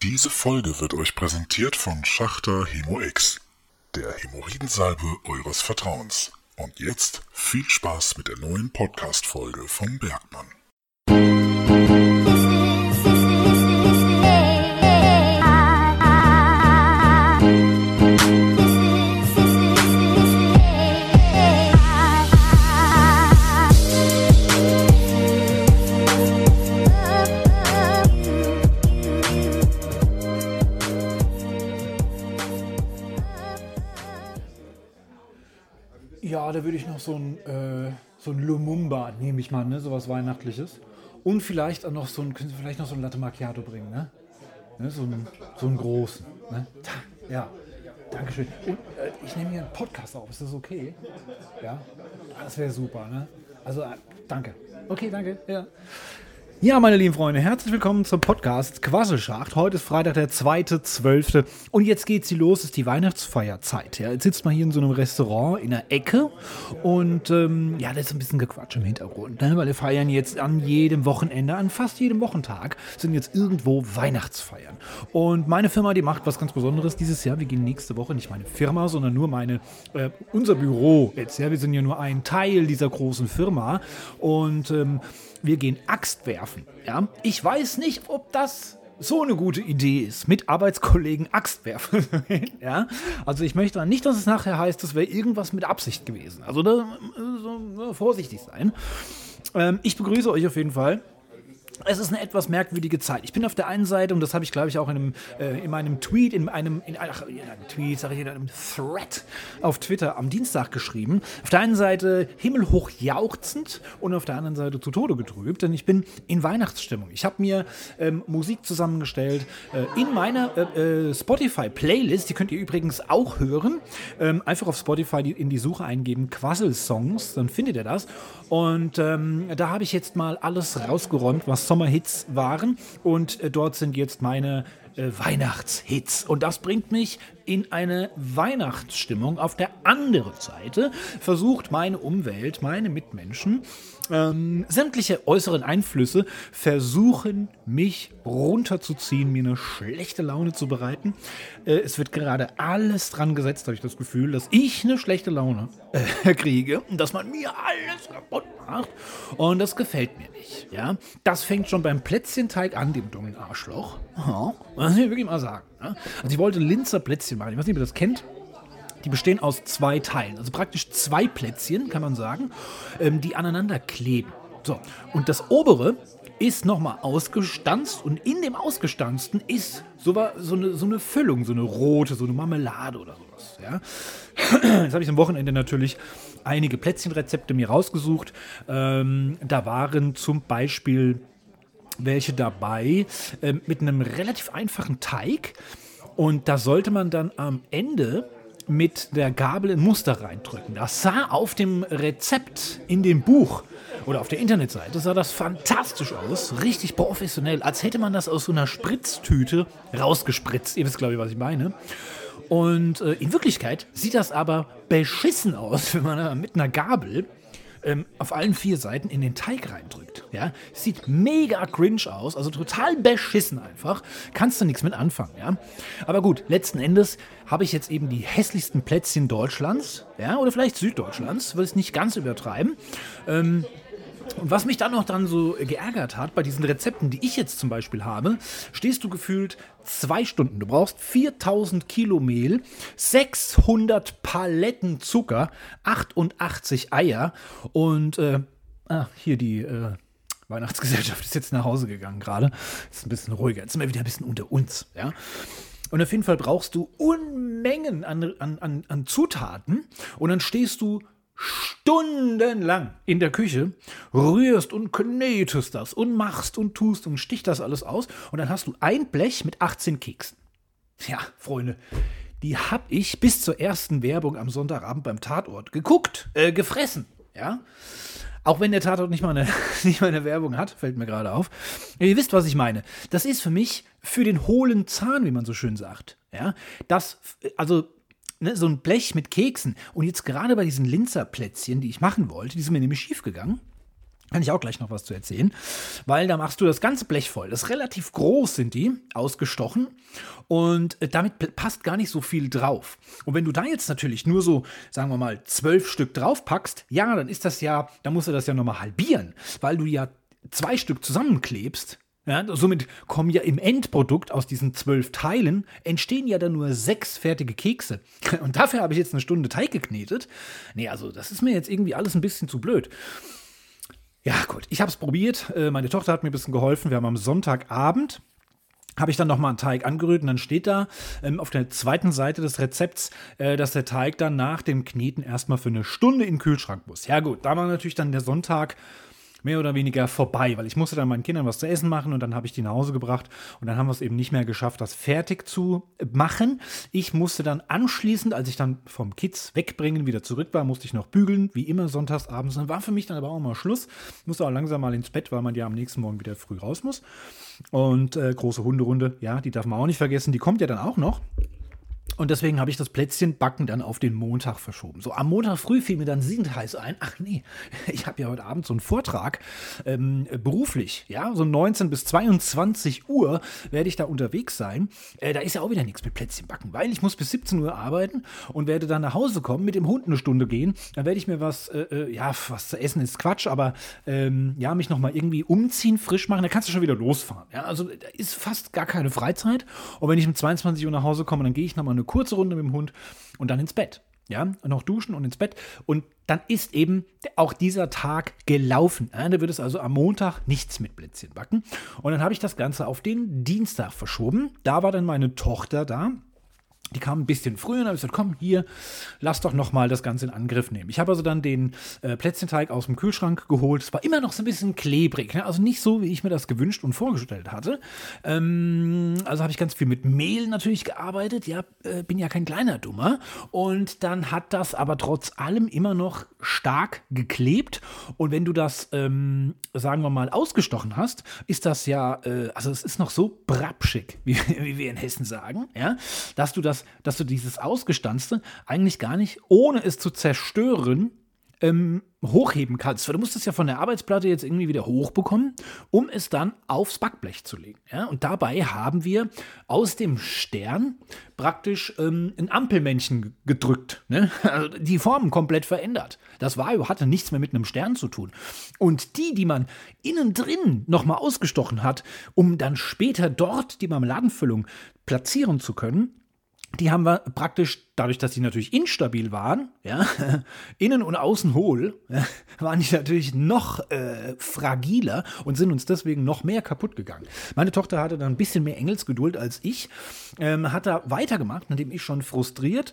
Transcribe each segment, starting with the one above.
Diese Folge wird euch präsentiert von Schachter Hemo X, der Hämorrhoidensalbe eures Vertrauens. Und jetzt viel Spaß mit der neuen Podcast-Folge von Bergmann. Ja, da würde ich noch so ein Lumumba, nehme ich mal, ne? Sowas Weihnachtliches. Und vielleicht auch noch können Sie vielleicht noch so ein Latte Macchiato bringen, ne? So einen großen, ne? Ja, Dankeschön. Und ich nehme hier einen Podcast auf, ist das okay? Ja, das wäre super, ne? Also, danke. Okay, danke, ja. Ja, meine lieben Freunde, herzlich willkommen zum Podcast Quasselschacht. Heute ist Freitag, der 2.12. Und jetzt geht's hier los, ist die Weihnachtsfeierzeit. Ja, jetzt sitzt man hier in so einem Restaurant in der Ecke und da ist ein bisschen Gequatsch im Hintergrund. Ne? Weil wir feiern jetzt an jedem Wochenende, an fast jedem Wochentag, sind jetzt irgendwo Weihnachtsfeiern. Und meine Firma, die macht was ganz Besonderes dieses Jahr. Wir gehen nächste Woche, nicht meine Firma, sondern nur unser Büro jetzt. Ja, wir sind ja nur ein Teil dieser großen Firma und wir gehen Axt werfen. Ja? Ich weiß nicht, ob das so eine gute Idee ist, mit Arbeitskollegen Axt werfen. Ja? Also ich möchte nicht, dass es nachher heißt, das wäre irgendwas mit Absicht gewesen. Also da vorsichtig sein. Ich begrüße euch auf jeden Fall. Es ist eine etwas merkwürdige Zeit. Ich bin auf der einen Seite, und das habe ich, glaube ich, auch in meinem Tweet, in einem Thread auf Twitter am Dienstag geschrieben. Auf der einen Seite himmelhoch jauchzend und auf der anderen Seite zu Tode getrübt, denn ich bin in Weihnachtsstimmung. Ich habe mir Musik zusammengestellt in meiner Spotify-Playlist, die könnt ihr übrigens auch hören. Einfach auf Spotify in die Suche eingeben, Quassel-Songs, dann findet ihr das. Und da habe ich jetzt mal alles rausgeräumt, was Sommerhits waren, und dort sind jetzt meine Weihnachtshits. Und das bringt mich in eine Weihnachtsstimmung. Auf der anderen Seite versucht meine Umwelt, meine Mitmenschen, sämtliche äußeren Einflüsse versuchen, mich runterzuziehen, mir eine schlechte Laune zu bereiten. Es wird gerade alles dran gesetzt, habe ich das Gefühl, dass ich eine schlechte Laune kriege und dass man mir alles kaputt macht. Und das gefällt mir nicht. Ja? Das fängt schon beim Plätzchenteig an, dem dummen Arschloch. Ja, das muss ich wirklich mal sagen. Ja? Also ich wollte Linzer Plätzchen machen. Ich weiß nicht, ob ihr das kennt. Die bestehen aus 2 Teilen, also praktisch 2 Plätzchen, kann man sagen, die aneinander kleben. So, und das obere ist nochmal ausgestanzt, und in dem Ausgestanzten ist so eine Füllung, so eine rote, so eine Marmelade oder sowas. Ja? Jetzt habe ich am Wochenende natürlich einige Plätzchenrezepte mir rausgesucht. Da waren zum Beispiel welche dabei mit einem relativ einfachen Teig, und da sollte man dann am Ende mit der Gabel ein Muster reindrücken. Das sah auf dem Rezept in dem Buch oder auf der Internetseite, sah das fantastisch aus, richtig professionell, als hätte man das aus so einer Spritztüte rausgespritzt. Ihr wisst, glaube ich, was ich meine. Und in Wirklichkeit sieht das aber beschissen aus, wenn man da mit einer Gabel auf allen 4 Seiten in den Teig reindrückt. Ja? Sieht mega cringe aus, also total beschissen einfach. Kannst du nichts mit anfangen. Ja? Aber gut, letzten Endes habe ich jetzt eben die hässlichsten Plätzchen Deutschlands, ja? Oder vielleicht Süddeutschlands, will es nicht ganz übertreiben. Und was mich dann noch dann so geärgert hat, bei diesen Rezepten, die ich jetzt zum Beispiel habe, stehst du gefühlt 2 Stunden. Du brauchst 4000 Kilo Mehl, 600 Paletten Zucker, 88 Eier und hier die Weihnachtsgesellschaft ist jetzt nach Hause gegangen gerade. Ist ein bisschen ruhiger, jetzt sind wir wieder ein bisschen unter uns. Ja? Und auf jeden Fall brauchst du Unmengen an Zutaten, und dann stehst du stundenlang in der Küche, rührst und knetest das und machst und tust und stichst das alles aus, und dann hast du ein Blech mit 18 Keksen. Ja, Freunde, die habe ich bis zur ersten Werbung am Sonntagabend beim Tatort gefressen. Ja? Auch wenn der Tatort nicht mal eine Werbung hat, fällt mir gerade auf. Ihr wisst, was ich meine. Das ist für mich für den hohlen Zahn, wie man so schön sagt. Ja? So ein Blech mit Keksen. Und jetzt gerade bei diesen Linzer Plätzchen, die ich machen wollte, die sind mir nämlich schief gegangen. Kann ich auch gleich noch was zu erzählen, weil da machst du das ganze Blech voll. Das ist relativ groß, sind die, ausgestochen, und damit passt gar nicht so viel drauf. Und wenn du da jetzt natürlich nur so, sagen wir mal, 12 Stück drauf packst, ja, dann dann musst du das ja nochmal halbieren, weil du ja 2 Stück zusammenklebst. Ja, somit kommen ja im Endprodukt aus diesen 12 Teilen, entstehen ja dann nur 6 fertige Kekse. Und dafür habe ich jetzt eine Stunde Teig geknetet. Nee, also das ist mir jetzt irgendwie alles ein bisschen zu blöd. Ja, gut, ich habe es probiert. Meine Tochter hat mir ein bisschen geholfen. Wir haben am Sonntagabend, habe ich dann nochmal einen Teig angerührt, und dann steht da auf der zweiten Seite des Rezepts, dass der Teig dann nach dem Kneten erstmal für eine Stunde in den Kühlschrank muss. Ja gut, da war natürlich dann der Sonntag mehr oder weniger vorbei, weil ich musste dann meinen Kindern was zu essen machen, und dann habe ich die nach Hause gebracht, und dann haben wir es eben nicht mehr geschafft, das fertig zu machen. Ich musste dann anschließend, als ich dann vom Kids wegbringen wieder zurück war, musste ich noch bügeln, wie immer sonntags abends. Dann war für mich dann aber auch mal Schluss. Musste auch langsam mal ins Bett, weil man ja am nächsten Morgen wieder früh raus muss. Und große Hunderunde, ja, die darf man auch nicht vergessen, die kommt ja dann auch noch. Und deswegen habe ich das Plätzchenbacken dann auf den Montag verschoben. So, am Montag früh fiel mir dann siedheiß ein, ach nee, ich habe ja heute Abend so einen Vortrag, beruflich, ja, so 19 bis 22 Uhr werde ich da unterwegs sein. Da ist ja auch wieder nichts mit Plätzchenbacken, weil ich muss bis 17 Uhr arbeiten und werde dann nach Hause kommen, mit dem Hund eine Stunde gehen. Dann werde ich mir was zu essen ist Quatsch, aber mich nochmal irgendwie umziehen, frisch machen, dann kannst du schon wieder losfahren. Ja, also da ist fast gar keine Freizeit. Und wenn ich um 22 Uhr nach Hause komme, dann gehe ich nochmal eine kurze Runde mit dem Hund und dann ins Bett. Ja, noch duschen und ins Bett. Und dann ist eben auch dieser Tag gelaufen. Ja, da wird es also am Montag nichts mit Plätzchen backen. Und dann habe ich das Ganze auf den Dienstag verschoben. Da war dann meine Tochter da. Die kam ein bisschen früher, und habe ich gesagt, komm, hier, lass doch noch mal das Ganze in Angriff nehmen. Ich habe also dann den Plätzchenteig aus dem Kühlschrank geholt. Es war immer noch so ein bisschen klebrig, ne? Also nicht so, wie ich mir das gewünscht und vorgestellt hatte. Also habe ich ganz viel mit Mehl natürlich gearbeitet. Ja, bin ja kein kleiner Dummer. Und dann hat das aber trotz allem immer noch stark geklebt. Und wenn du das, sagen wir mal, ausgestochen hast, ist das ja, also es ist noch so brapschig, wie wir in Hessen sagen, ja, dass du dieses Ausgestanzte eigentlich gar nicht, ohne es zu zerstören, hochheben kannst. Weil du musst es ja von der Arbeitsplatte jetzt irgendwie wieder hochbekommen, um es dann aufs Backblech zu legen. Ja? Und dabei haben wir aus dem Stern praktisch ein Ampelmännchen gedrückt. Ne? Also die Formen komplett verändert. Das hatte nichts mehr mit einem Stern zu tun. Und die man innen drin nochmal ausgestochen hat, um dann später dort die Marmeladenfüllung platzieren zu können, die haben wir praktisch, dadurch, dass die natürlich instabil waren, ja, innen und außen hohl, ja, waren die natürlich noch fragiler und sind uns deswegen noch mehr kaputt gegangen. Meine Tochter hatte dann ein bisschen mehr Engelsgeduld als ich, hat da weitergemacht, nachdem ich schon frustriert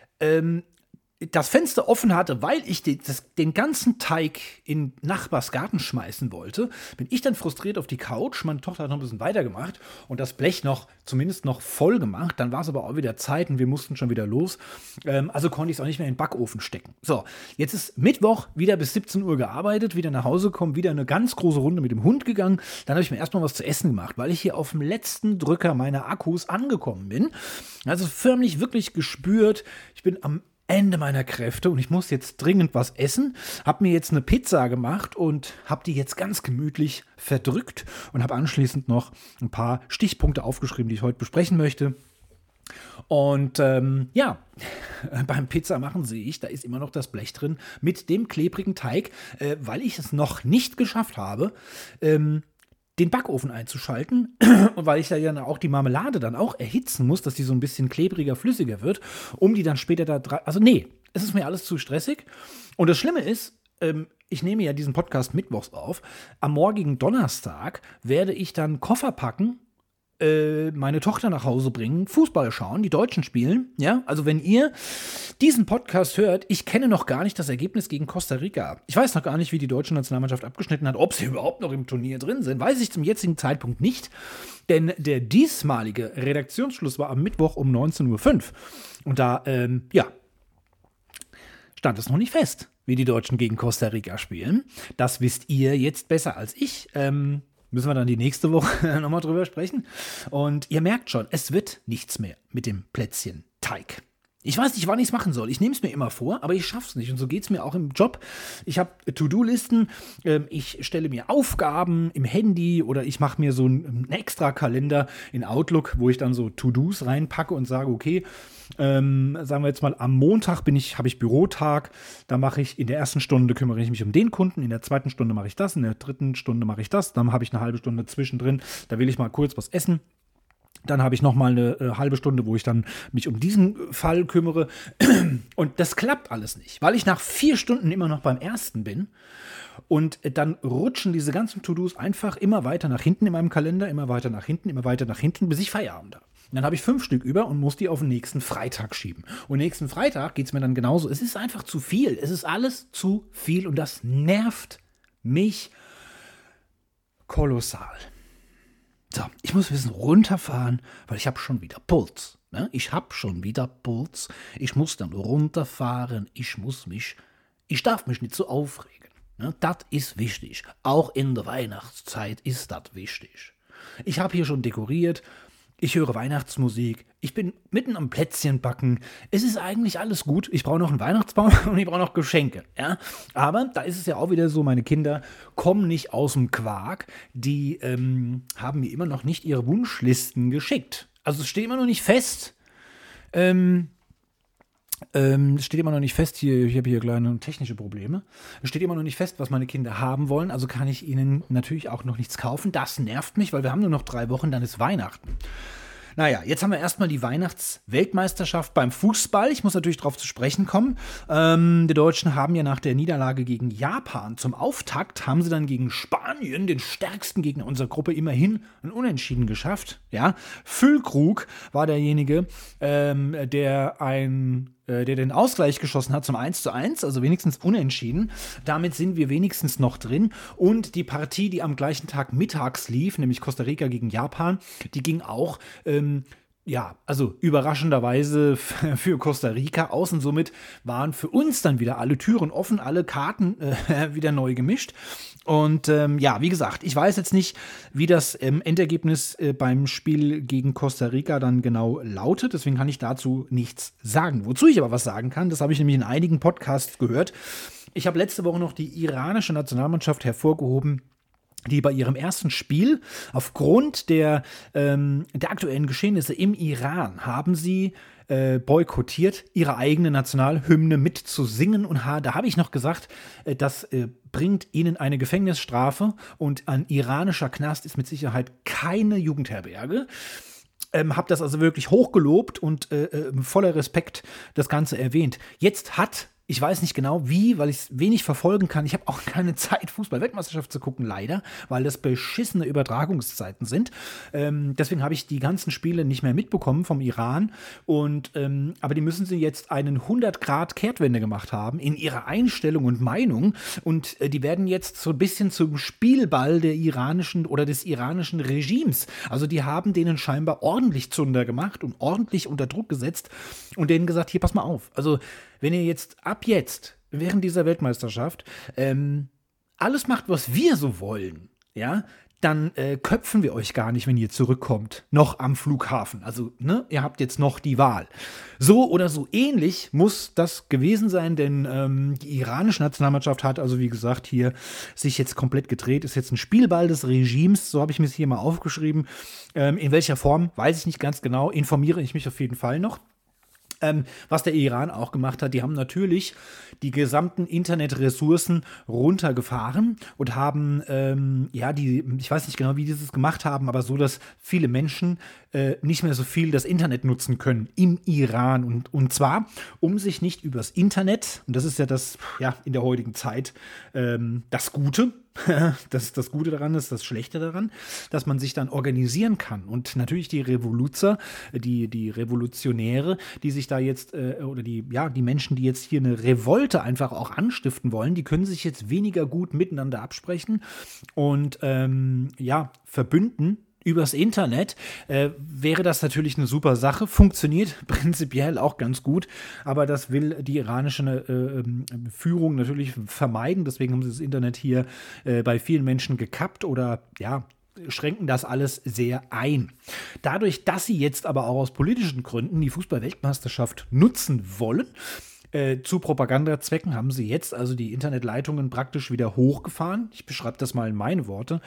das Fenster offen hatte, weil ich den ganzen Teig in Nachbars Garten schmeißen wollte, bin ich dann frustriert auf die Couch. Meine Tochter hat noch ein bisschen weitergemacht und das Blech zumindest noch voll gemacht. Dann war es aber auch wieder Zeit und wir mussten schon wieder los. Also konnte ich es auch nicht mehr in den Backofen stecken. So, jetzt ist Mittwoch, wieder bis 17 Uhr gearbeitet, wieder nach Hause gekommen, wieder eine ganz große Runde mit dem Hund gegangen. Dann habe ich mir erstmal was zu essen gemacht, weil ich hier auf dem letzten Drücker meiner Akkus angekommen bin. Also förmlich wirklich gespürt, ich bin am Ende meiner Kräfte und ich muss jetzt dringend was essen. Habe mir jetzt eine Pizza gemacht und habe die jetzt ganz gemütlich verdrückt und habe anschließend noch ein paar Stichpunkte aufgeschrieben, die ich heute besprechen möchte. Und beim Pizzamachen sehe ich, da ist immer noch das Blech drin mit dem klebrigen Teig, weil ich es noch nicht geschafft habe, den Backofen einzuschalten und weil ich ja dann auch die Marmelade dann auch erhitzen muss, dass die so ein bisschen klebriger, flüssiger wird, um die dann später es ist mir alles zu stressig. Und das Schlimme ist, ich nehme ja diesen Podcast mittwochs auf, am morgigen Donnerstag werde ich dann Koffer packen, meine Tochter nach Hause bringen, Fußball schauen, die Deutschen spielen, ja, also wenn ihr diesen Podcast hört, ich kenne noch gar nicht das Ergebnis gegen Costa Rica. Ich weiß noch gar nicht, wie die deutsche Nationalmannschaft abgeschnitten hat, ob sie überhaupt noch im Turnier drin sind, weiß ich zum jetzigen Zeitpunkt nicht, denn der diesmalige Redaktionsschluss war am Mittwoch um 19:05 Uhr und da, stand es noch nicht fest, wie die Deutschen gegen Costa Rica spielen. Das wisst ihr jetzt besser als ich, müssen wir dann die nächste Woche nochmal drüber sprechen. Und ihr merkt schon, es wird nichts mehr mit dem Plätzchenteig. Ich weiß nicht, wann ich es machen soll. Ich nehme es mir immer vor, aber ich schaffe es nicht. Und so geht es mir auch im Job. Ich habe To-Do-Listen, ich stelle mir Aufgaben im Handy oder ich mache mir so einen Extra-Kalender in Outlook, wo ich dann so To-Dos reinpacke und sage, okay, sagen wir jetzt mal, am Montag habe ich Bürotag, da mache ich in der ersten Stunde kümmere ich mich um den Kunden, in der zweiten Stunde mache ich das, in der dritten Stunde mache ich das, dann habe ich eine halbe Stunde zwischendrin, da will ich mal kurz was essen. Dann habe ich noch mal eine halbe Stunde, wo ich dann mich um diesen Fall kümmere. Und das klappt alles nicht, weil ich nach 4 Stunden immer noch beim ersten bin. Und dann rutschen diese ganzen To-Dos einfach immer weiter nach hinten in meinem Kalender, immer weiter nach hinten, bis ich Feierabend habe. Und dann habe ich 5 Stück über und muss die auf den nächsten Freitag schieben. Und nächsten Freitag geht es mir dann genauso. Es ist einfach zu viel. Es ist alles zu viel und das nervt mich kolossal. So, ich muss ein bisschen runterfahren, weil ich habe schon wieder Puls. Ne? Ich habe schon wieder Puls. Ich muss dann runterfahren. Ich darf mich nicht so aufregen. Ne? Das ist wichtig. Auch in der Weihnachtszeit ist das wichtig. Ich habe hier schon dekoriert. Ich höre Weihnachtsmusik. Ich bin mitten am Plätzchen backen. Es ist eigentlich alles gut. Ich brauche noch einen Weihnachtsbaum und ich brauche noch Geschenke. Ja? Aber da ist es ja auch wieder so, meine Kinder kommen nicht aus dem Quark. Die haben mir immer noch nicht ihre Wunschlisten geschickt. Also es steht immer noch nicht fest. Es steht immer noch nicht fest, ich habe hier kleine technische Probleme. Es steht immer noch nicht fest, was meine Kinder haben wollen, also kann ich ihnen natürlich auch noch nichts kaufen. Das nervt mich, weil wir haben nur noch 3 Wochen, dann ist Weihnachten. Naja, jetzt haben wir erstmal die Weihnachtsweltmeisterschaft beim Fußball. Ich muss natürlich darauf zu sprechen kommen. Die Deutschen haben ja nach der Niederlage gegen Japan zum Auftakt, haben sie dann gegen Spanien, den stärksten Gegner unserer Gruppe, immerhin ein Unentschieden geschafft. Ja, Füllkrug war derjenige, der den Ausgleich geschossen hat zum 1:1, also wenigstens unentschieden. Damit sind wir wenigstens noch drin. Und die Partie, die am gleichen Tag mittags lief, nämlich Costa Rica gegen Japan, die ging auch also überraschenderweise für Costa Rica aus und somit waren für uns dann wieder alle Türen offen, alle Karten wieder neu gemischt. Und wie gesagt, ich weiß jetzt nicht, wie das Endergebnis beim Spiel gegen Costa Rica dann genau lautet. Deswegen kann ich dazu nichts sagen. Wozu ich aber was sagen kann, das habe ich nämlich in einigen Podcasts gehört. Ich habe letzte Woche noch die iranische Nationalmannschaft hervorgehoben, die bei ihrem ersten Spiel aufgrund der aktuellen Geschehnisse im Iran haben sie boykottiert, ihre eigene Nationalhymne mitzusingen. Und da habe ich noch gesagt, das bringt ihnen eine Gefängnisstrafe und ein iranischer Knast ist mit Sicherheit keine Jugendherberge. Habe das also wirklich hochgelobt und voller Respekt das Ganze erwähnt. Jetzt ich weiß nicht genau wie, weil ich es wenig verfolgen kann. Ich habe auch keine Zeit, Fußball-Weltmeisterschaft zu gucken, leider, weil das beschissene Übertragungszeiten sind. Deswegen habe ich die ganzen Spiele nicht mehr mitbekommen vom Iran. Aber die müssen sie jetzt einen 100-Grad-Kehrtwende gemacht haben in ihrer Einstellung und Meinung. Und die werden jetzt so ein bisschen zum Spielball des iranischen Regimes. Also die haben denen scheinbar ordentlich Zunder gemacht und ordentlich unter Druck gesetzt und denen gesagt, hier, pass mal auf. Also wenn ihr ab jetzt, während dieser Weltmeisterschaft, alles macht, was wir so wollen, ja, dann köpfen wir euch gar nicht, wenn ihr zurückkommt, noch am Flughafen. Also, ne, ihr habt jetzt noch die Wahl. So oder so ähnlich muss das gewesen sein, denn die iranische Nationalmannschaft hat also, wie gesagt, hier sich jetzt komplett gedreht, ist jetzt ein Spielball des Regimes, so habe ich mir es hier mal aufgeschrieben. In welcher Form, weiß ich nicht ganz genau, informiere ich mich auf jeden Fall noch. Was der Iran auch gemacht hat, die haben natürlich die gesamten Internetressourcen runtergefahren und haben, ich weiß nicht genau, wie die das gemacht haben, aber so, dass viele Menschen nicht mehr so viel das Internet nutzen können im Iran. Und zwar, um sich nicht übers Internet, und das ist ja das, in der heutigen Zeit das Gute, das Gute daran ist, das Schlechte daran, dass man sich dann organisieren kann. Und natürlich die Revoluzer, die Revolutionäre, die sich da jetzt, die Menschen, die jetzt hier eine Revolte einfach auch anstiften wollen, die können sich jetzt weniger gut miteinander absprechen und verbünden. Übers Internet wäre das natürlich eine super Sache, funktioniert prinzipiell auch ganz gut, aber das will die iranische Führung natürlich vermeiden, deswegen haben sie das Internet hier bei vielen Menschen gekappt oder schränken das alles sehr ein. Dadurch, dass sie jetzt aber auch aus politischen Gründen die Fußball-Weltmeisterschaft nutzen wollen, zu Propagandazwecken, haben sie jetzt also die Internetleitungen praktisch wieder hochgefahren. Ich beschreibe das mal in meinen Worten.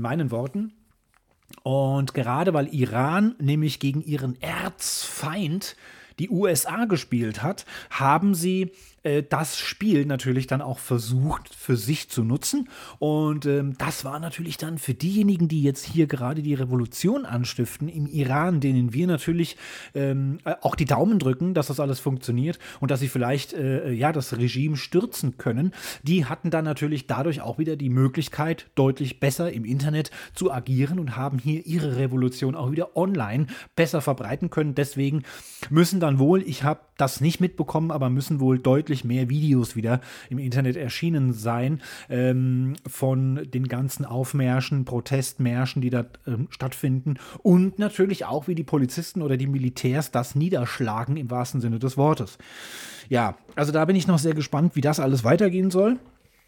Und gerade weil Iran nämlich gegen ihren Erzfeind die USA gespielt hat, haben sie das Spiel natürlich dann auch versucht für sich zu nutzen. Und das war natürlich dann für diejenigen, die jetzt hier gerade die Revolution anstiften im Iran, denen wir natürlich auch die Daumen drücken, dass das alles funktioniert und dass sie vielleicht das Regime stürzen können. Die hatten dann natürlich dadurch auch wieder die Möglichkeit, deutlich besser im Internet zu agieren und haben hier ihre Revolution auch wieder online besser verbreiten können. Deswegen müssen dann wohl, ich habe das nicht mitbekommen, aber müssen wohl deutlich mehr Videos wieder im Internet erschienen sein von den ganzen Aufmärschen, Protestmärschen, die da stattfinden und natürlich auch, wie die Polizisten oder die Militärs das niederschlagen im wahrsten Sinne des Wortes. Ja, also da bin ich noch sehr gespannt, wie das alles weitergehen soll.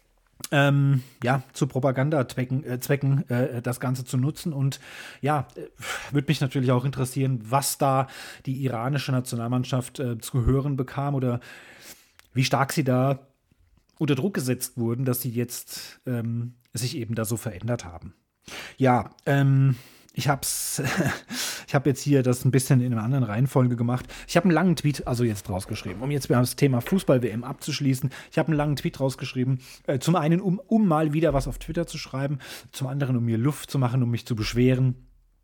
Zu Propagandazwecken das Ganze zu nutzen. Und würde mich natürlich auch interessieren, was da die iranische Nationalmannschaft zu hören bekam oder wie stark sie da unter Druck gesetzt wurden, dass sie jetzt sich eben da so verändert haben. Ja, ich habe jetzt hier das ein bisschen in einer anderen Reihenfolge gemacht. Ich habe einen langen Tweet jetzt rausgeschrieben, um jetzt das Thema Fußball-WM abzuschließen. Ich habe einen langen Tweet rausgeschrieben, zum einen, um mal wieder was auf Twitter zu schreiben, zum anderen, um mir Luft zu machen, um mich zu beschweren.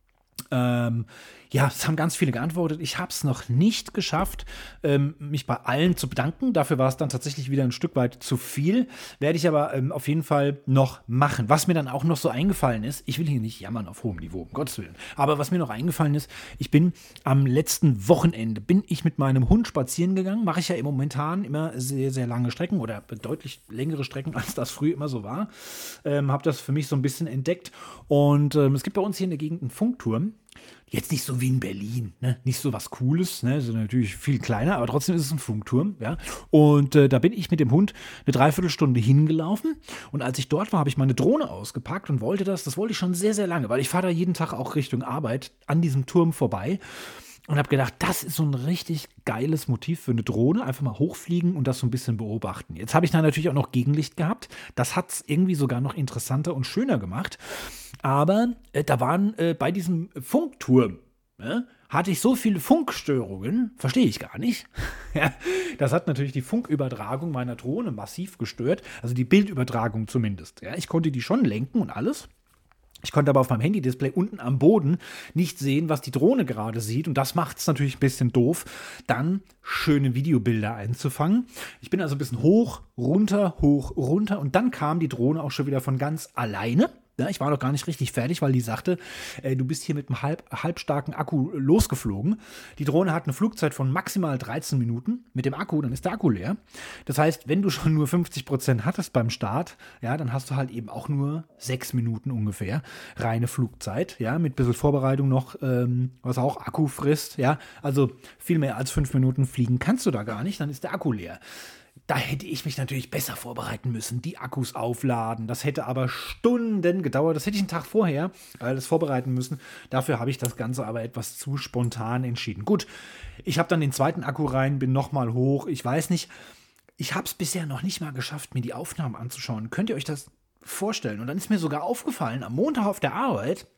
Es haben ganz viele geantwortet. Ich habe es noch nicht geschafft, mich bei allen zu bedanken. Dafür war es dann tatsächlich wieder ein Stück weit zu viel. Werde ich aber auf jeden Fall noch machen. Was mir dann auch noch so eingefallen ist, ich will hier nicht jammern auf hohem Niveau, um Gottes Willen. Aber was mir noch eingefallen ist, ich bin am letzten Wochenende, mit meinem Hund spazieren gegangen. Mache ich ja momentan immer sehr, sehr lange Strecken oder deutlich längere Strecken, als das früher immer so war. Habe das für mich so ein bisschen entdeckt. Und es gibt bei uns hier in der Gegend einen Funkturm. Jetzt nicht so wie in Berlin, ne? Nicht so was Cooles, ne? Ist natürlich viel kleiner, aber trotzdem ist es ein Funkturm, ja. Und da bin ich mit dem Hund eine Dreiviertelstunde hingelaufen und als ich dort war, habe ich meine Drohne ausgepackt und das wollte ich schon sehr, sehr lange, weil ich fahre da jeden Tag auch Richtung Arbeit an diesem Turm vorbei. Und habe gedacht, das ist so ein richtig geiles Motiv für eine Drohne. Einfach mal hochfliegen und das so ein bisschen beobachten. Jetzt habe ich da natürlich auch noch Gegenlicht gehabt. Das hat es irgendwie sogar noch interessanter und schöner gemacht. Aber da waren bei diesem Funkturm, hatte ich so viele Funkstörungen, verstehe ich gar nicht. Ja, das hat natürlich die Funkübertragung meiner Drohne massiv gestört. Also die Bildübertragung zumindest. Ja, ich konnte die schon lenken und alles. Ich konnte aber auf meinem Handy-Display unten am Boden nicht sehen, was die Drohne gerade sieht. Und das macht es natürlich ein bisschen doof, dann schöne Videobilder einzufangen. Ich bin also ein bisschen hoch, runter. Und dann kam die Drohne auch schon wieder von ganz alleine. Ja, ich war noch gar nicht richtig fertig, weil die sagte, du bist hier mit einem halbstarken Akku losgeflogen. Die Drohne hat eine Flugzeit von maximal 13 Minuten. Mit dem Akku, dann ist der Akku leer. Das heißt, wenn du schon nur 50% hattest beim Start, ja, dann hast du halt eben auch nur 6 Minuten ungefähr reine Flugzeit, ja, mit ein bisschen Vorbereitung noch, was auch Akku frisst, ja. Also viel mehr als 5 Minuten fliegen kannst du da gar nicht, dann ist der Akku leer. Da hätte ich mich natürlich besser vorbereiten müssen, die Akkus aufladen. Das hätte aber Stunden gedauert. Das hätte ich einen Tag vorher alles vorbereiten müssen. Dafür habe ich das Ganze aber etwas zu spontan entschieden. Gut, ich habe dann den zweiten Akku rein, bin nochmal hoch. Ich weiß nicht, ich habe es bisher noch nicht mal geschafft, mir die Aufnahmen anzuschauen. Könnt ihr euch das vorstellen? Und dann ist mir sogar aufgefallen, am Montag auf der Arbeit,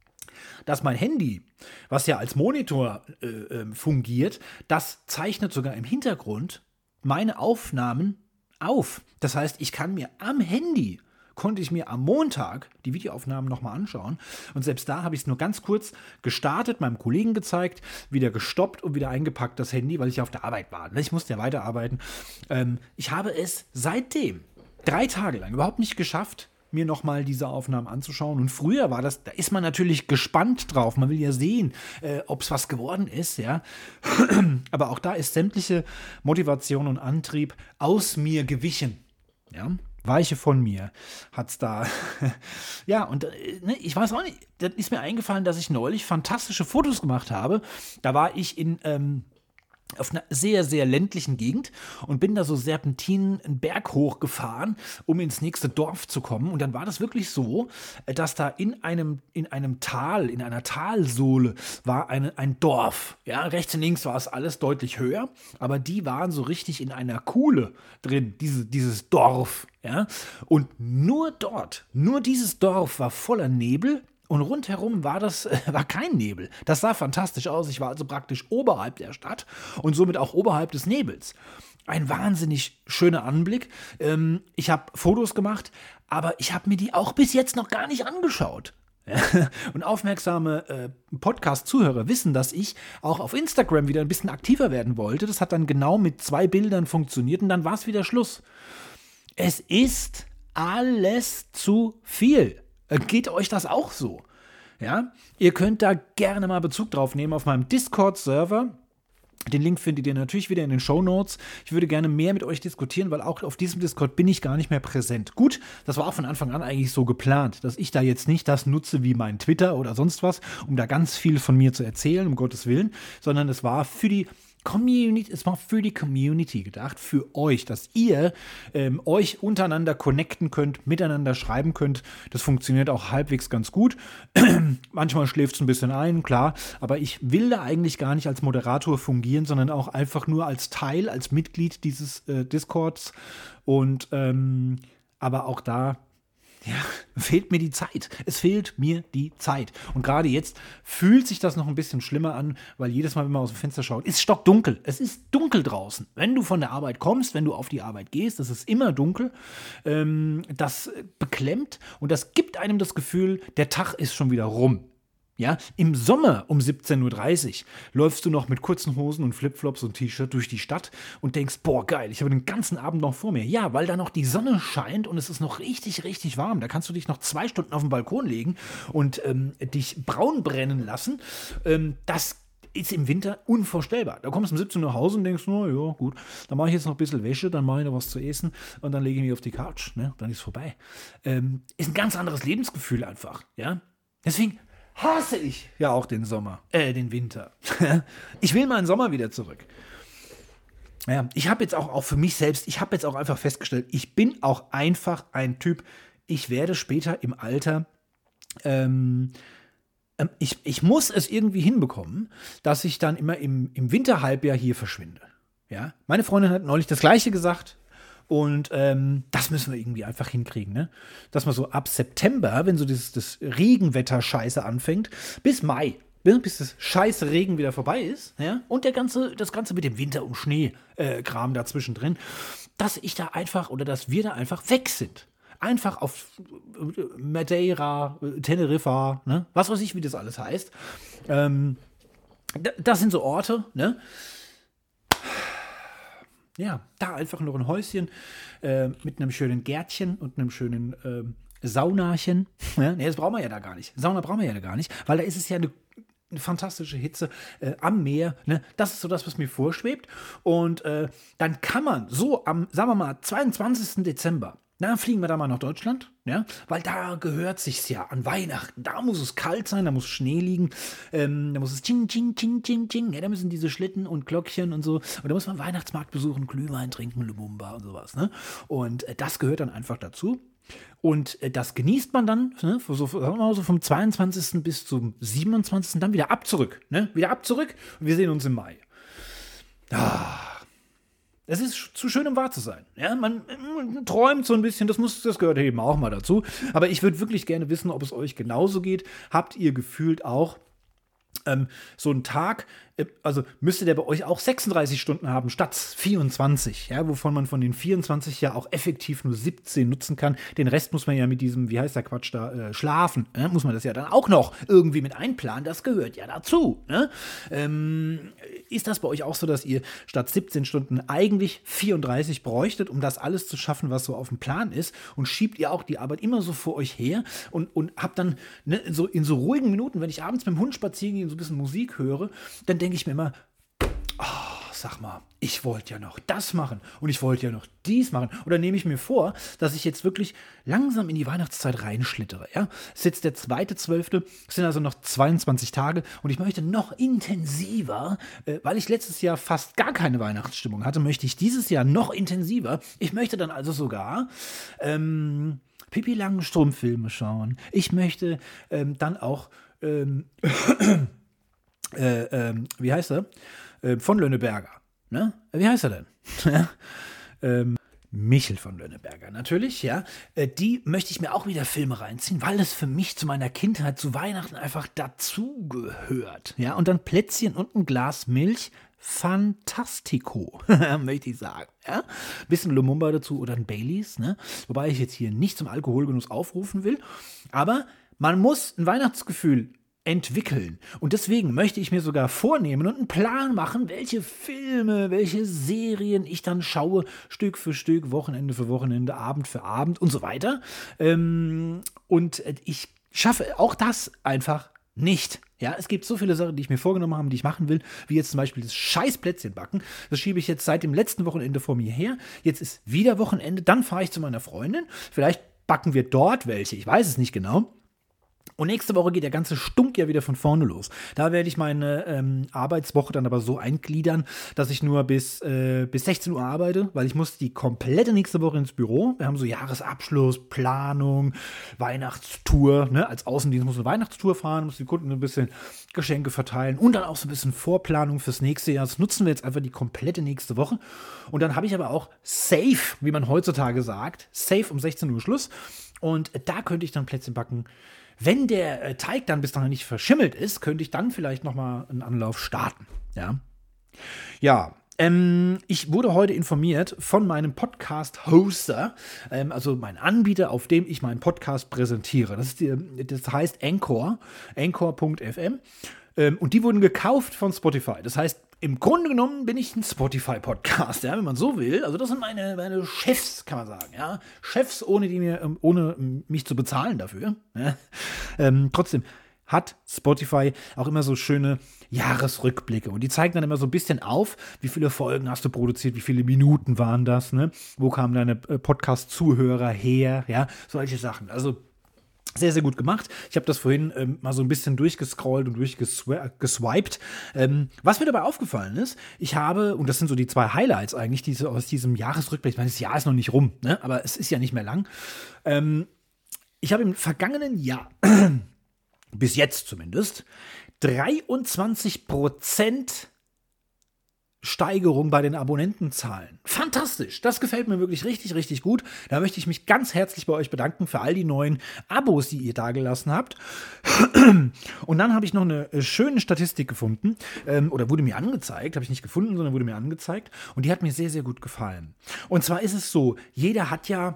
dass mein Handy, was ja als Monitor fungiert, das zeichnet sogar im Hintergrund meine Aufnahmen auf. Das heißt, konnte ich mir am Montag die Videoaufnahmen nochmal anschauen. Und selbst da habe ich es nur ganz kurz gestartet, meinem Kollegen gezeigt, wieder gestoppt und wieder eingepackt, das Handy, weil ich auf der Arbeit war. Ich musste ja weiterarbeiten. Ich habe es seitdem 3 Tage lang überhaupt nicht geschafft, mir nochmal diese Aufnahmen anzuschauen. Und früher war das, da ist man natürlich gespannt drauf. Man will ja sehen, ob es was geworden ist, ja. Aber auch da ist sämtliche Motivation und Antrieb aus mir gewichen, ja. Weiche von mir hat's da. Ja, und ich weiß auch nicht, das ist mir eingefallen, dass ich neulich fantastische Fotos gemacht habe. Da war ich in auf einer sehr, sehr ländlichen Gegend und bin da so serpentinen einen Berg hochgefahren, um ins nächste Dorf zu kommen. Und dann war das wirklich so, dass da in einem Tal, in einer Talsohle war ein Dorf. Ja, rechts und links war es alles deutlich höher, aber die waren so richtig in einer Kuhle drin, dieses Dorf. Ja, und nur dort, nur dieses Dorf war voller Nebel. Und rundherum war kein Nebel. Das sah fantastisch aus. Ich war also praktisch oberhalb der Stadt und somit auch oberhalb des Nebels. Ein wahnsinnig schöner Anblick. Ich habe Fotos gemacht, aber ich habe mir die auch bis jetzt noch gar nicht angeschaut. Und aufmerksame Podcast-Zuhörer wissen, dass ich auch auf Instagram wieder ein bisschen aktiver werden wollte. Das hat dann genau mit 2 Bildern funktioniert und dann war es wieder Schluss. Es ist alles zu viel. Geht euch das auch so? Ja, ihr könnt da gerne mal Bezug drauf nehmen auf meinem Discord-Server. Den Link findet ihr natürlich wieder in den Shownotes. Ich würde gerne mehr mit euch diskutieren, weil auch auf diesem Discord bin ich gar nicht mehr präsent. Gut, das war auch von Anfang an eigentlich so geplant, dass ich da jetzt nicht das nutze wie mein Twitter oder sonst was, um da ganz viel von mir zu erzählen, um Gottes Willen, sondern es war für die Community gedacht, für euch, dass ihr euch untereinander connecten könnt, miteinander schreiben könnt. Das funktioniert auch halbwegs ganz gut. Manchmal schläft es ein bisschen ein, klar, aber ich will da eigentlich gar nicht als Moderator fungieren, sondern auch einfach nur als Teil, als Mitglied dieses Discords. Und aber auch da fehlt mir die Zeit. Es fehlt mir die Zeit. Und gerade jetzt fühlt sich das noch ein bisschen schlimmer an, weil jedes Mal, wenn man aus dem Fenster schaut, ist stockdunkel. Es ist dunkel draußen. Wenn du von der Arbeit kommst, wenn du auf die Arbeit gehst, es ist immer dunkel. Das beklemmt und das gibt einem das Gefühl, der Tag ist schon wieder rum. Ja, im Sommer um 17:30 Uhr läufst du noch mit kurzen Hosen und Flipflops und T-Shirt durch die Stadt und denkst, boah, geil, ich habe den ganzen Abend noch vor mir. Ja, weil da noch die Sonne scheint und es ist noch richtig, richtig warm. Da kannst du dich noch 2 Stunden auf den Balkon legen und dich braun brennen lassen. Das ist im Winter unvorstellbar. Da kommst du um 17 Uhr nach Hause und denkst, na ja, gut, dann mache ich jetzt noch ein bisschen Wäsche, dann mache ich noch was zu essen und dann lege ich mich auf die Couch, ne? Dann ist es vorbei. Ist ein ganz anderes Lebensgefühl einfach, ja. Deswegen hasse ich ja auch den Winter. Ich will meinen Sommer wieder zurück. Ja, ich habe jetzt auch für mich selbst, ich habe jetzt auch einfach festgestellt, ich bin auch einfach ein Typ, ich werde später im Alter, ich muss es irgendwie hinbekommen, dass ich dann immer im Winterhalbjahr hier verschwinde. Ja? Meine Freundin hat neulich das Gleiche gesagt. Und das müssen wir irgendwie einfach hinkriegen, ne? Dass man so ab September, wenn so das Regenwetter-Scheiße anfängt, bis Mai, bis das scheiße Regen wieder vorbei ist, ja? Und das Ganze mit dem Winter- und Schnee-Kram dazwischen drin, dass wir da einfach weg sind. Einfach auf Madeira, Teneriffa, ne? Was weiß ich, wie das alles heißt. Das sind so Orte, ne? Ja, da einfach noch ein Häuschen mit einem schönen Gärtchen und einem schönen Saunachen. Ja, nee, das brauchen wir ja da gar nicht. Sauna brauchen wir ja da gar nicht, weil da ist es ja eine fantastische Hitze am Meer. Ne? Das ist so das, was mir vorschwebt. Und dann kann man so am, sagen wir mal, 22. Dezember, dann fliegen wir da mal nach Deutschland, ja, weil da gehört sich's ja an Weihnachten. Da muss es kalt sein, da muss Schnee liegen, da muss es ching, ching, ching, ching, ching, ja, da müssen diese Schlitten und Glöckchen und so. Und da muss man Weihnachtsmarkt besuchen, Glühwein trinken, Lumumba und sowas, ne? Und das gehört dann einfach dazu. Und das genießt man dann, ne, so vom 22. bis zum 27. dann wieder ab zurück, ne? Wieder ab zurück und wir sehen uns im Mai. Es ist zu schön, um wahr zu sein. Ja, man träumt so ein bisschen, das gehört eben auch mal dazu. Aber ich würde wirklich gerne wissen, ob es euch genauso geht. Habt ihr gefühlt auch so einen Tag, also müsste der bei euch auch 36 Stunden haben statt 24, ja, wovon man von den 24 ja auch effektiv nur 17 nutzen kann. Den Rest muss man ja mit diesem, wie heißt der Quatsch da, schlafen, muss man das ja dann auch noch irgendwie mit einplanen, das gehört ja dazu. Ne? Ist das bei euch auch so, dass ihr statt 17 Stunden eigentlich 34 bräuchtet, um das alles zu schaffen, was so auf dem Plan ist, und schiebt ihr auch die Arbeit immer so vor euch her und habt dann, ne, in so ruhigen Minuten, wenn ich abends mit dem Hund spazieren gehe und so ein bisschen Musik höre, dann denke ich mir immer, sag mal, ich wollte ja noch das machen und ich wollte ja noch dies machen. Oder nehme ich mir vor, dass ich jetzt wirklich langsam in die Weihnachtszeit reinschlittere. Ja? Es ist jetzt der 2.12., es sind also noch 22 Tage und ich möchte noch intensiver, weil ich letztes Jahr fast gar keine Weihnachtsstimmung hatte, möchte ich dieses Jahr noch intensiver. Ich möchte dann also sogar Pippi Langstrumpf-Filme schauen. Ich möchte dann auch wie heißt er? Von Lönneberger. Ne? Wie heißt er denn? Michel von Lönneberger, natürlich, ja. Die möchte ich mir auch wieder Filme reinziehen, weil es für mich zu meiner Kindheit, zu Weihnachten einfach dazugehört. Ja, und dann Plätzchen und ein Glas Milch. Fantastico, möchte ich sagen. Ja? Bisschen Lumumba dazu oder ein Baileys, ne? Wobei ich jetzt hier nicht zum Alkoholgenuss aufrufen will. Aber man muss ein Weihnachtsgefühl entwickeln. Und deswegen möchte ich mir sogar vornehmen und einen Plan machen, welche Filme, welche Serien ich dann schaue, Stück für Stück, Wochenende für Wochenende, Abend für Abend und so weiter. Und ich schaffe auch das einfach nicht. Ja, es gibt so viele Sachen, die ich mir vorgenommen habe, die ich machen will, wie jetzt zum Beispiel das scheiß Plätzchenbacken. Das schiebe ich jetzt seit dem letzten Wochenende vor mir her. Jetzt ist wieder Wochenende, dann fahre ich zu meiner Freundin. Vielleicht backen wir dort welche, ich weiß es nicht genau. Und nächste Woche geht der ganze Stunk ja wieder von vorne los. Da werde ich meine Arbeitswoche dann aber so eingliedern, dass ich nur bis 16 Uhr arbeite, weil ich muss die komplette nächste Woche ins Büro. Wir haben so Jahresabschluss, Planung, Weihnachtstour. Ne? Als Außendienst muss eine Weihnachtstour fahren, muss den Kunden ein bisschen Geschenke verteilen und dann auch so ein bisschen Vorplanung fürs nächste Jahr. Das nutzen wir jetzt einfach die komplette nächste Woche. Und dann habe ich aber auch safe, wie man heutzutage sagt, safe um 16 Uhr Schluss. Und da könnte ich dann Plätzchen backen. Wenn der Teig dann bis dahin nicht verschimmelt ist, könnte ich dann vielleicht nochmal einen Anlauf starten. Ja, ich wurde heute informiert von meinem Podcast-Hoster, also mein Anbieter, auf dem ich meinen Podcast präsentiere. Das heißt Anchor.fm. Und die wurden gekauft von Spotify. Das heißt, im Grunde genommen bin ich ein Spotify-Podcast, ja, wenn man so will. Also das sind meine Chefs, kann man sagen. Ja? Chefs, ohne mich zu bezahlen dafür. Ja? Trotzdem hat Spotify auch immer so schöne Jahresrückblicke. Und die zeigen dann immer so ein bisschen auf, wie viele Folgen hast du produziert, wie viele Minuten waren das, ne? Wo kamen deine Podcast-Zuhörer her, ja, solche Sachen. Also sehr, sehr gut gemacht. Ich habe das vorhin mal so ein bisschen durchgescrollt und durchgeswiped. Was mir dabei aufgefallen ist, ich habe, und das sind so die zwei Highlights eigentlich, die so aus diesem Jahresrückblick, ich meine, das Jahr ist noch nicht rum, ne? Aber es ist ja nicht mehr lang. Ich habe im vergangenen Jahr, bis jetzt zumindest, 23% Steigerung bei den Abonnentenzahlen. Fantastisch. Das gefällt mir wirklich richtig, richtig gut. Da möchte ich mich ganz herzlich bei euch bedanken für all die neuen Abos, die ihr dagelassen habt. Und dann habe ich noch eine schöne Statistik gefunden. Oder wurde mir angezeigt. Habe ich nicht gefunden, sondern wurde mir angezeigt. Und die hat mir sehr, sehr gut gefallen. Und zwar ist es so, jeder hat ja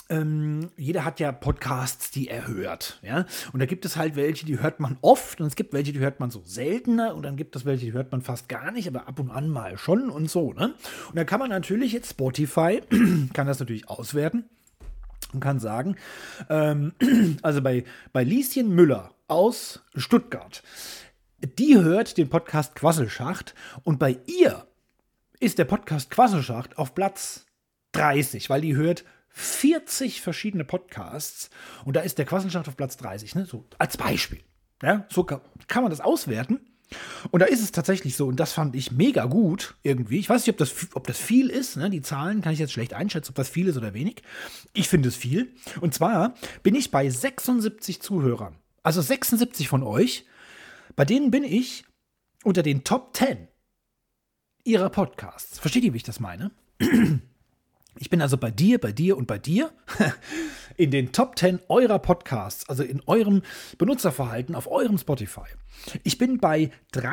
Podcasts, die er hört. Ja? Und da gibt es halt welche, die hört man oft und es gibt welche, die hört man so seltener und dann gibt es welche, die hört man fast gar nicht, aber ab und an mal schon und so. Ne? Und da kann man natürlich jetzt Spotify, kann das natürlich auswerten und kann sagen, also bei Lieschen Müller aus Stuttgart, die hört den Podcast Quasselschacht und bei ihr ist der Podcast Quasselschacht auf Platz 30, weil die hört 40 verschiedene Podcasts und da ist der Quasselschacht auf Platz 30, ne? So als Beispiel. Ja? So kann man das auswerten. Und da ist es tatsächlich so, und das fand ich mega gut irgendwie. Ich weiß nicht, ob das viel ist, ne? Die Zahlen kann ich jetzt schlecht einschätzen, ob das viel ist oder wenig. Ich finde es viel. Und zwar bin ich bei 76 Zuhörern. Also 76 von euch, bei denen bin ich unter den Top 10 ihrer Podcasts. Versteht ihr, wie ich das meine? Ich bin also bei dir und bei dir in den Top 10 eurer Podcasts, also in eurem Benutzerverhalten auf eurem Spotify. Ich bin bei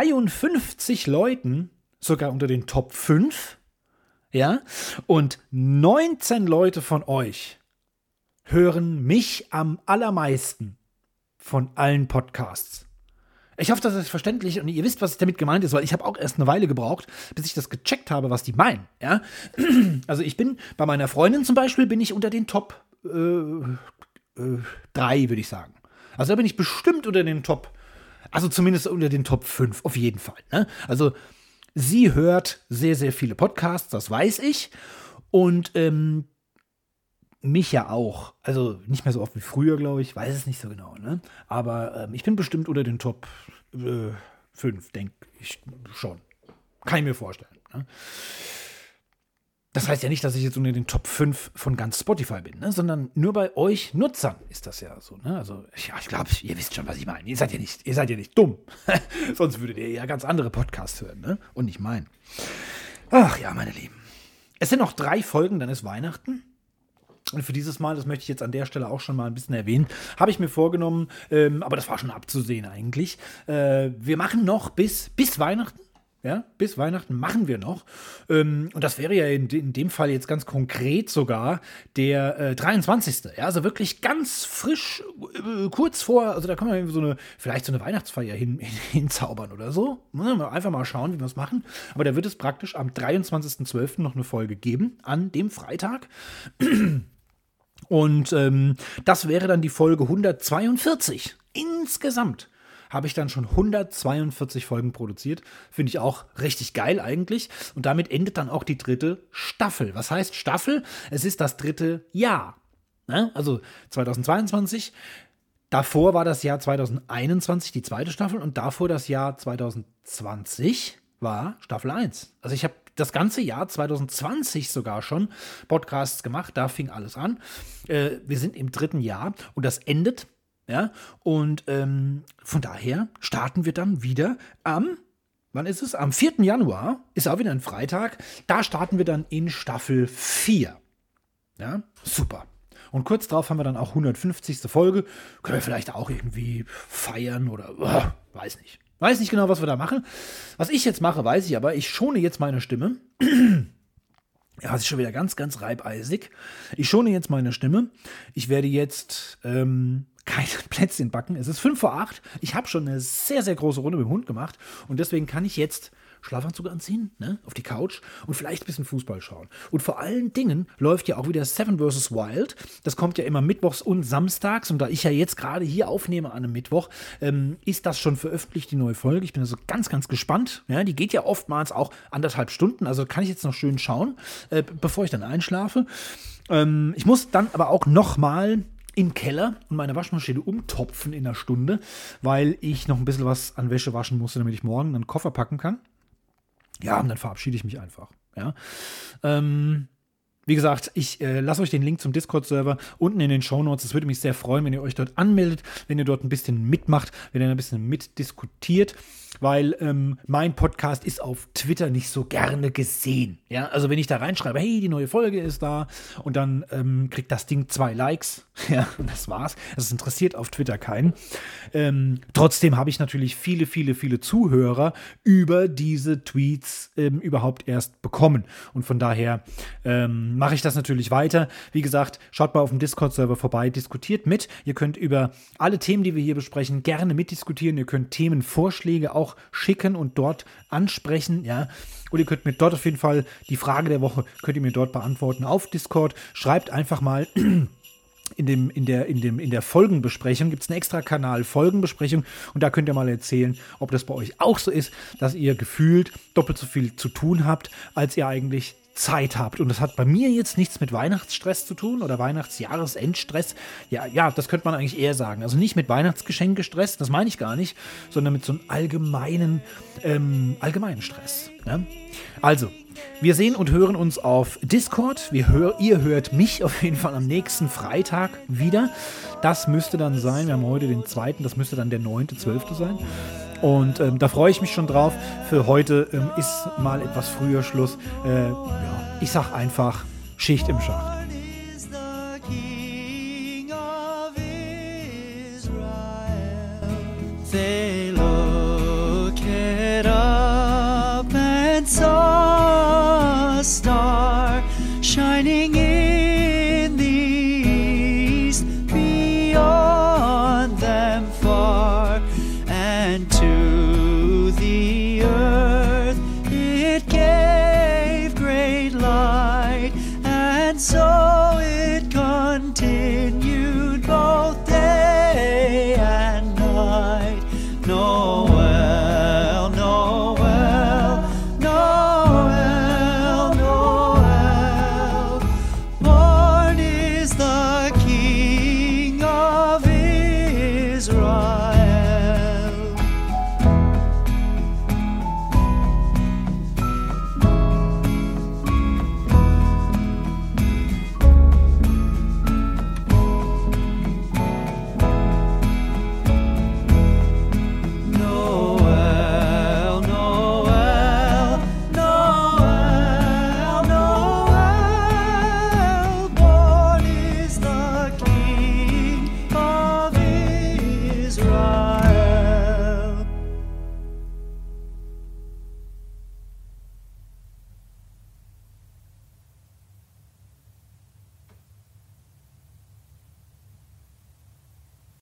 53 Leuten sogar unter den Top 5, ja, und 19 Leute von euch hören mich am allermeisten von allen Podcasts. Ich hoffe, das ist verständlich und ihr wisst, was damit gemeint ist, weil ich habe auch erst eine Weile gebraucht, bis ich das gecheckt habe, was die meinen. Ja? Also ich bin, bei meiner Freundin zum Beispiel, bin ich unter den Top 3, würde ich sagen. Also da bin ich bestimmt unter den Top, also zumindest unter den Top 5, auf jeden Fall. Ne? Also sie hört sehr, sehr viele Podcasts, das weiß ich. Und mich ja auch. Also nicht mehr so oft wie früher, glaube ich. Weiß es nicht so genau, ne? Aber ich bin bestimmt unter den Top 5, denke ich schon. Kann ich mir vorstellen. Ne? Das heißt ja nicht, dass ich jetzt unter den Top 5 von ganz Spotify bin, ne? Sondern nur bei euch Nutzern ist das ja so. Ne? Also ja, ich glaube, ihr wisst schon, was ich meine. Ihr seid ja nicht dumm. Sonst würdet ihr ja ganz andere Podcasts hören, ne? Und nicht meinen. Ach ja, meine Lieben. Es sind noch 3 Folgen, dann ist Weihnachten. Und für dieses Mal, das möchte ich jetzt an der Stelle auch schon mal ein bisschen erwähnen, habe ich mir vorgenommen, aber das war schon abzusehen eigentlich. Wir machen noch bis Weihnachten. Ja, bis Weihnachten machen wir noch. Und das wäre ja in dem Fall jetzt ganz konkret sogar der 23. Ja, also wirklich ganz frisch, kurz vor, also da kann man vielleicht so eine Weihnachtsfeier hinzaubern oder so. Einfach mal schauen, wie wir es machen. Aber da wird es praktisch am 23.12. noch eine Folge geben, an dem Freitag. Und das wäre dann die Folge 142. Insgesamt habe ich dann schon 142 Folgen produziert. Finde ich auch richtig geil eigentlich. Und damit endet dann auch die 3. Staffel. Was heißt Staffel? Es ist das 3. Jahr. Ne? Also 2022. Davor war das Jahr 2021 die 2. Staffel. Und davor das Jahr 2020 war Staffel 1. Also ich habe das ganze Jahr 2020 sogar schon Podcasts gemacht. Da fing alles an. Wir sind im 3. Jahr und das endet. Ja, und von daher starten wir dann wieder wann ist es? Am 4. Januar, ist auch wieder ein Freitag, da starten wir dann in Staffel 4. Ja, super. Und kurz drauf haben wir dann auch 150. Folge. Können wir vielleicht auch irgendwie feiern oder weiß nicht. Weiß nicht genau, was wir da machen. Was ich jetzt mache, weiß ich aber. Ich schone jetzt meine Stimme. Ja, es ist schon wieder ganz, ganz reibeisig. Ich schone jetzt meine Stimme. Ich werde jetzt kein Plätzchen backen. Es ist 7:55. Ich habe schon eine sehr, sehr große Runde mit dem Hund gemacht. Und deswegen kann ich jetzt Schlafanzug anziehen, ne, auf die Couch und vielleicht ein bisschen Fußball schauen. Und vor allen Dingen läuft ja auch wieder Seven vs. Wild. Das kommt ja immer mittwochs und samstags. Und da ich ja jetzt gerade hier aufnehme an einem Mittwoch, ist das schon veröffentlicht, die neue Folge. Ich bin also ganz, ganz gespannt. Ja, die geht ja oftmals auch 1,5 Stunden. Also kann ich jetzt noch schön schauen, bevor ich dann einschlafe. Ich muss dann aber auch nochmal im Keller und meine Waschmaschine umtopfen in einer Stunde, weil ich noch ein bisschen was an Wäsche waschen musste, damit ich morgen einen Koffer packen kann. Ja, und dann verabschiede ich mich einfach. Ja. Wie gesagt, ich lasse euch den Link zum Discord-Server unten in den Shownotes. Es würde mich sehr freuen, wenn ihr euch dort anmeldet, wenn ihr dort ein bisschen mitmacht, wenn ihr ein bisschen mitdiskutiert, weil mein Podcast ist auf Twitter nicht so gerne gesehen. Ja? Also wenn ich da reinschreibe, hey, die neue Folge ist da und dann kriegt das Ding 2 Likes, ja, und das war's. Das interessiert auf Twitter keinen. Trotzdem habe ich natürlich viele, viele, viele Zuhörer über diese Tweets überhaupt erst bekommen. Und von daher mache ich das natürlich weiter. Wie gesagt, schaut mal auf dem Discord-Server vorbei, diskutiert mit. Ihr könnt über alle Themen, die wir hier besprechen, gerne mitdiskutieren. Ihr könnt Themenvorschläge auch schicken und dort ansprechen, ja. Und ihr könnt mir dort auf jeden Fall die Frage der Woche, könnt ihr mir dort beantworten auf Discord. Schreibt einfach mal in der Folgenbesprechung gibt es einen extra Kanal Folgenbesprechung und da könnt ihr mal erzählen, ob das bei euch auch so ist, dass ihr gefühlt doppelt so viel zu tun habt, als ihr eigentlich Zeit habt. Und das hat bei mir jetzt nichts mit Weihnachtsstress zu tun oder Weihnachtsjahresendstress. Ja, das könnte man eigentlich eher sagen. Also nicht mit Weihnachtsgeschenke-Stress, das meine ich gar nicht, sondern mit so einem allgemeinen Stress. Ne? Also, wir sehen und hören uns auf Discord. Ihr hört mich auf jeden Fall am nächsten Freitag wieder. Das müsste dann sein, wir haben heute den 2., das müsste dann der 9.12. sein. Und da freue ich mich schon drauf. Für heute ist mal etwas früher Schluss. Ich sag einfach Schicht im Schacht.